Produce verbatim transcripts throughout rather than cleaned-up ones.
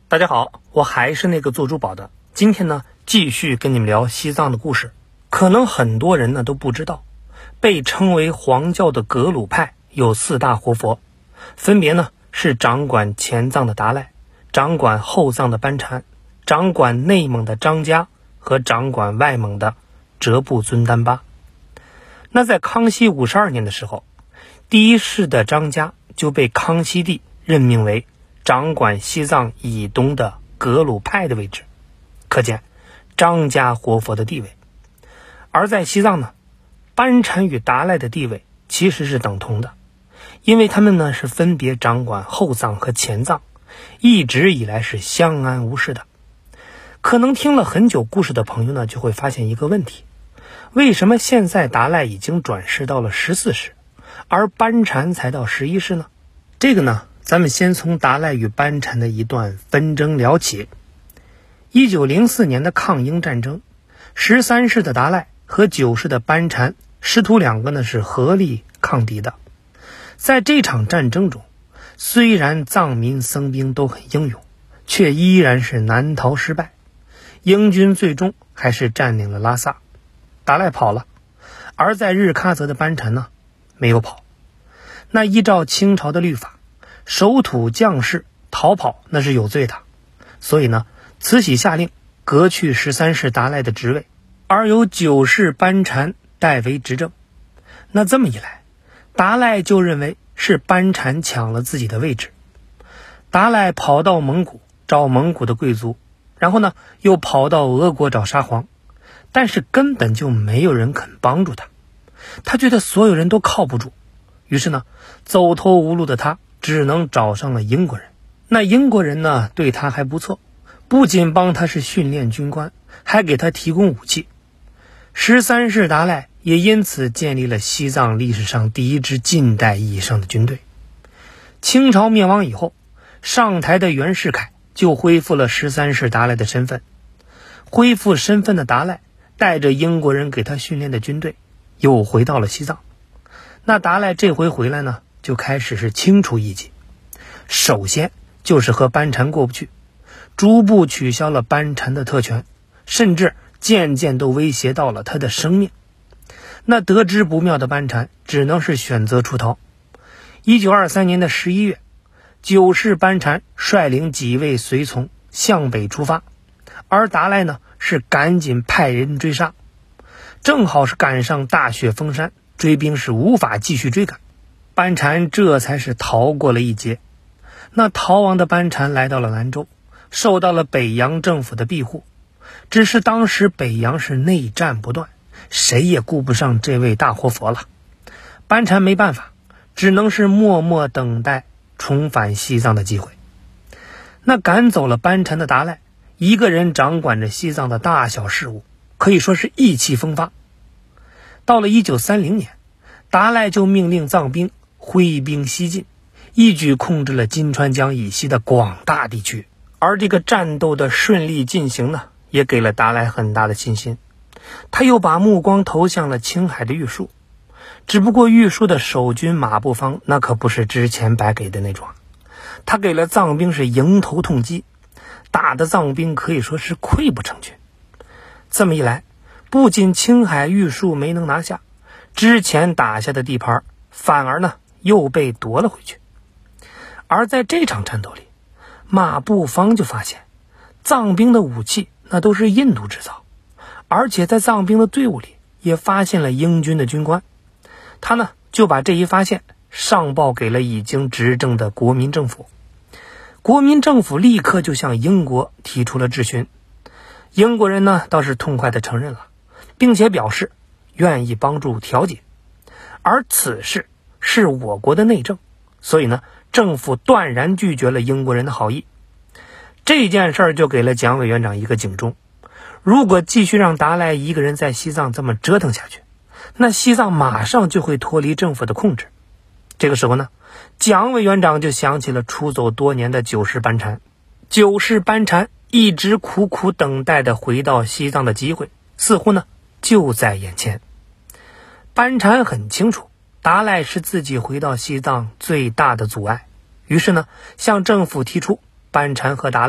大家好，我还是那个做珠宝的。今天呢，继续跟你们聊西藏的故事。可能很多人呢都不知道，被称为黄教的格鲁派有四大活佛，分别呢是掌管前藏的达赖，掌管后藏的班禅，掌管内蒙的张家和掌管外蒙的哲布尊丹巴。那在康熙五十二年的时候，第一世的张家就被康熙帝任命为掌管西藏以东的格鲁派的位置，可见张家活佛的地位。而在西藏呢，班禅与达赖的地位其实是等同的，因为他们呢是分别掌管后藏和前藏，一直以来是相安无事的。可能听了很久故事的朋友呢，就会发现一个问题：为什么现在达赖已经转世到了十四世，而班禅才到十一世呢？这个呢，咱们先从达赖与班禅的一段纷争聊起。一九零四年的抗英战争，十三世的达赖和九世的班禅师徒两个呢是合力抗敌的。在这场战争中，虽然藏民僧兵都很英勇，却依然是难逃失败。英军最终还是占领了拉萨，达赖跑了，而在日喀则的班禅呢没有跑。那依照清朝的律法，守土将士逃跑那是有罪的，所以呢慈禧下令革去十三世达赖的职位，而由九世班禅代为执政。那这么一来，达赖就认为是班禅抢了自己的位置。达赖跑到蒙古找蒙古的贵族，然后呢又跑到俄国找沙皇，但是根本就没有人肯帮助他。他觉得所有人都靠不住，于是呢走投无路的他只能找上了英国人。那英国人呢对他还不错，不仅帮他是训练军官，还给他提供武器。十三世达赖也因此建立了西藏历史上第一支近代意义上的军队。清朝灭亡以后，上台的袁世凯就恢复了十三世达赖的身份。恢复身份的达赖带着英国人给他训练的军队又回到了西藏。那达赖这回回来呢，就开始是清除异己。首先就是和班禅过不去，逐步取消了班禅的特权，甚至渐渐都威胁到了他的生命。那得知不妙的班禅只能是选择出逃。一九二三年的十一月，九世班禅率领几位随从向北出发，而达赖呢是赶紧派人追杀。正好是赶上大雪封山，追兵是无法继续追赶，班禅这才是逃过了一劫。那逃亡的班禅来到了兰州，受到了北洋政府的庇护。只是当时北洋是内战不断，谁也顾不上这位大活佛了。班禅没办法，只能是默默等待重返西藏的机会。那赶走了班禅的达赖，一个人掌管着西藏的大小事务，可以说是意气风发。到了一九三零年，达赖就命令藏兵挥兵西进，一举控制了金川江以西的广大地区。而这个战斗的顺利进行呢，也给了达赖很大的信心。他又把目光投向了青海的玉树，只不过玉树的守军马步芳那可不是之前白给的那种，他给了藏兵是迎头痛击，打的藏兵可以说是溃不成军。这么一来，不仅青海玉树没能拿下，之前打下的地盘反而呢又被夺了回去。而在这场战斗里，马步芳就发现藏兵的武器那都是印度制造，而且在藏兵的队伍里也发现了英军的军官。他呢就把这一发现上报给了已经执政的国民政府。国民政府立刻就向英国提出了质询。英国人呢倒是痛快地承认了，并且表示愿意帮助调解。而此事是我国的内政，所以呢政府断然拒绝了英国人的好意。这件事儿就给了蒋委员长一个警钟，如果继续让达赖一个人在西藏这么折腾下去，那西藏马上就会脱离政府的控制。这个时候呢，蒋委员长就想起了出走多年的九世班禅。九世班禅一直苦苦等待的回到西藏的机会，似乎呢就在眼前。班禅很清楚达赖是自己回到西藏最大的阻碍，于是呢向政府提出班禅和达赖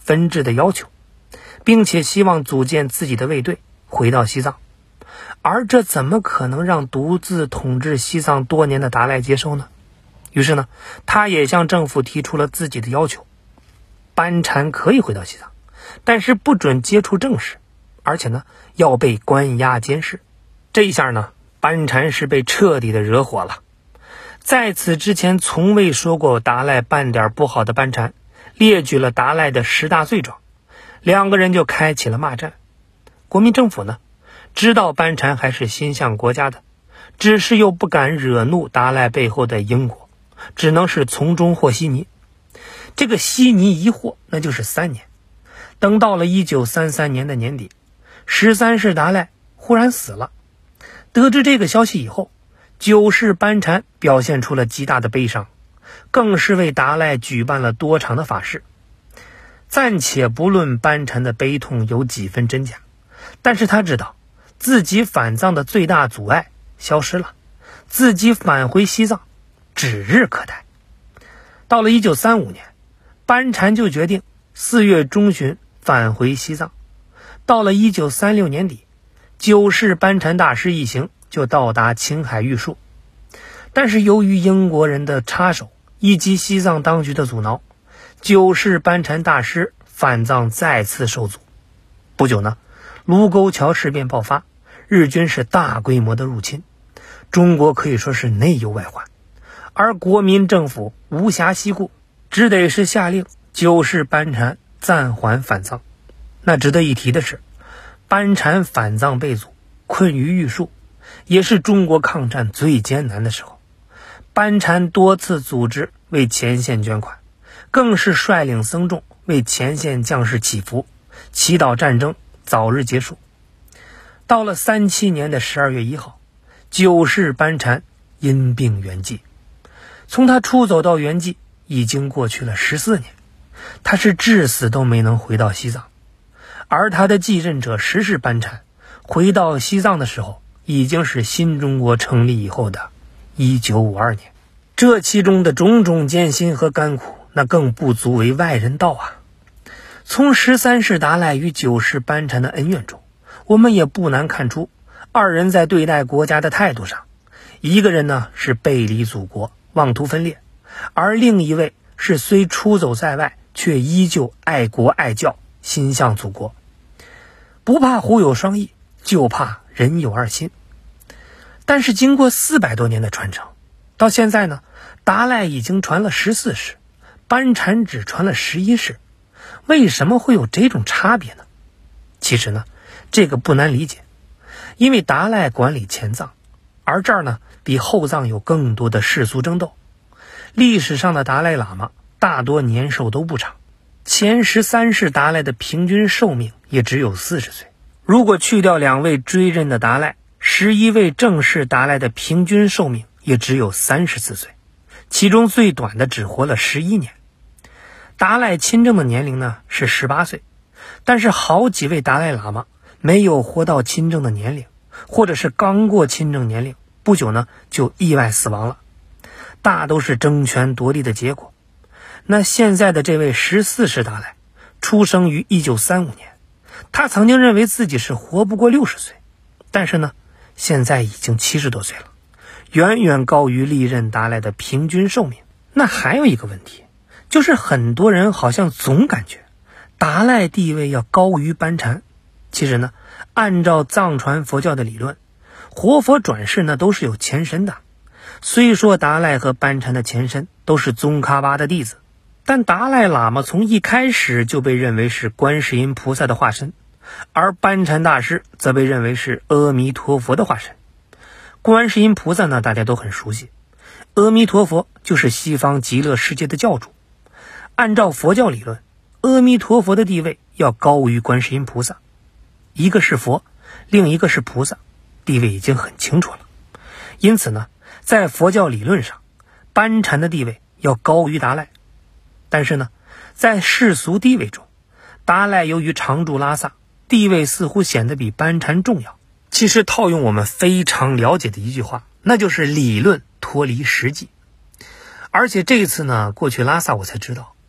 分治的要求，并且希望组建自己的卫队回到西藏。而这怎么可能让独自统治西藏多年的达赖接受呢？于是呢，他也向政府提出了自己的要求，班禅可以回到西藏，但是不准接触政事，而且呢要被关押监视。这一下呢，班禅是被彻底的惹火了。在此之前从未说过达赖半点不好的班禅列举了达赖的十大罪状，两个人就开启了骂战。国民政府呢知道班禅还是心向国家的，只是又不敢惹怒达赖背后的英国，只能是从中和稀泥。这个稀泥一和那就是三年。等到了一九三三年的年底，十三世达赖忽然死了。得知这个消息以后，九世班禅表现出了极大的悲伤，更是为达赖举办了多场的法事。暂且不论班禅的悲痛有几分真假，但是他知道自己返藏的最大阻碍消失了，自己返回西藏指日可待。到了一九三五年，班禅就决定四月中旬返回西藏。到了一九三六年底，九世班禅大师一行就到达青海玉树。但是由于英国人的插手以及西藏当局的阻挠，九世班禅大师返藏再次受阻。不久呢，卢沟桥事变爆发，日军是大规模的入侵，中国可以说是内忧外患，而国民政府无暇西顾，只得是下令九世班禅暂缓返藏。那值得一提的是，班禅返藏被阻，困于玉树，也是中国抗战最艰难的时候。班禅多次组织为前线捐款，更是率领僧众为前线将士祈福，祈祷战争早日结束。到了三七年的十二月一号，九世班禅因病圆寂。从他出走到圆寂已经过去了十四年，他是至死都没能回到西藏。而他的继任者十世班禅回到西藏的时候，已经是新中国成立以后的一九五二年。这其中的种种艰辛和甘苦，那更不足为外人道啊。从十三世达赖与九世班禅的恩怨中，我们也不难看出二人在对待国家的态度上，一个人呢是背离祖国，妄图分裂，而另一位是虽出走在外，却依旧爱国爱教，心向祖国。不怕虎有双翼，就怕人有二心。但是经过四百多年的传承，到现在呢，达赖已经传了十四世，班禅只传了十一世。为什么会有这种差别呢？其实呢，这个不难理解，因为达赖管理前藏，而这儿呢比后藏有更多的世俗争斗。历史上的达赖喇嘛大多年寿都不长，前十三世达赖的平均寿命也只有四十岁。如果去掉两位追认的达赖，十一位正式达赖的平均寿命也只有三十四岁，其中最短的只活了十一年。达赖亲政的年龄呢是十八岁，但是好几位达赖喇嘛没有活到亲政的年龄，或者是刚过亲政年龄，不久呢就意外死亡了，大都是争权夺利的结果。那现在的这位十四世达赖出生于一九三五年，他曾经认为自己是活不过六十岁，但是呢现在已经七十多岁了，远远高于历任达赖的平均寿命。那还有一个问题，就是很多人好像总感觉达赖地位要高于班禅。其实呢，按照藏传佛教的理论，活佛转世呢都是有前身的。虽说达赖和班禅的前身都是宗喀巴的弟子，但达赖喇嘛从一开始就被认为是观世音菩萨的化身，而班禅大师则被认为是阿弥陀佛的化身。观世音菩萨呢大家都很熟悉，阿弥陀佛就是西方极乐世界的教主。按照佛教理论，阿弥陀佛的地位要高于观世音菩萨，一个是佛，另一个是菩萨，地位已经很清楚了。因此呢，在佛教理论上，班禅的地位要高于达赖。但是呢，在世俗地位中，达赖由于常驻拉萨，地位似乎显得比班禅重要。其实套用我们非常了解的一句话，那就是理论脱离实际。而且这次呢，过去拉萨我才知道，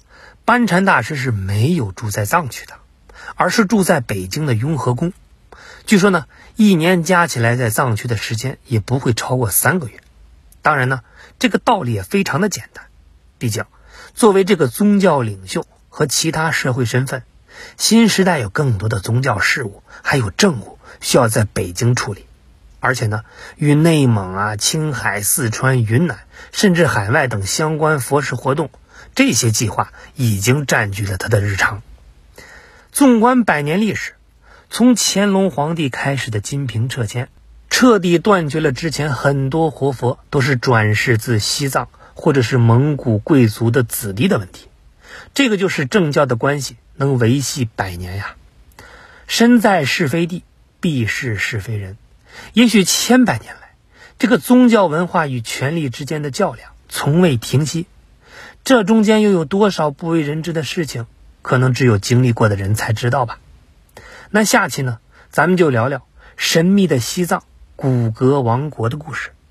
班禅大师是没有住在藏区的，而是住在北京的雍和宫。据说呢，一年加起来在藏区的时间也不会超过三个月。当然呢，这个道理也非常的简单，毕竟作为这个宗教领袖和其他社会身份，新时代有更多的宗教事务还有政务需要在北京处理，而且呢，与内蒙啊、青海、四川、云南甚至海外等相关佛事活动，这些计划已经占据了他的日常。纵观百年历史，从乾隆皇帝开始的金瓶撤迁，彻底断绝了之前很多活佛都是转世自西藏或者是蒙古贵族的子弟的问题。这个就是政教的关系能维系百年呀。身在是非地，必是是非人。也许千百年来，这个宗教文化与权力之间的较量从未停息，这中间又有多少不为人知的事情，可能只有经历过的人才知道吧。那下期呢，咱们就聊聊神秘的西藏古格王国的故事。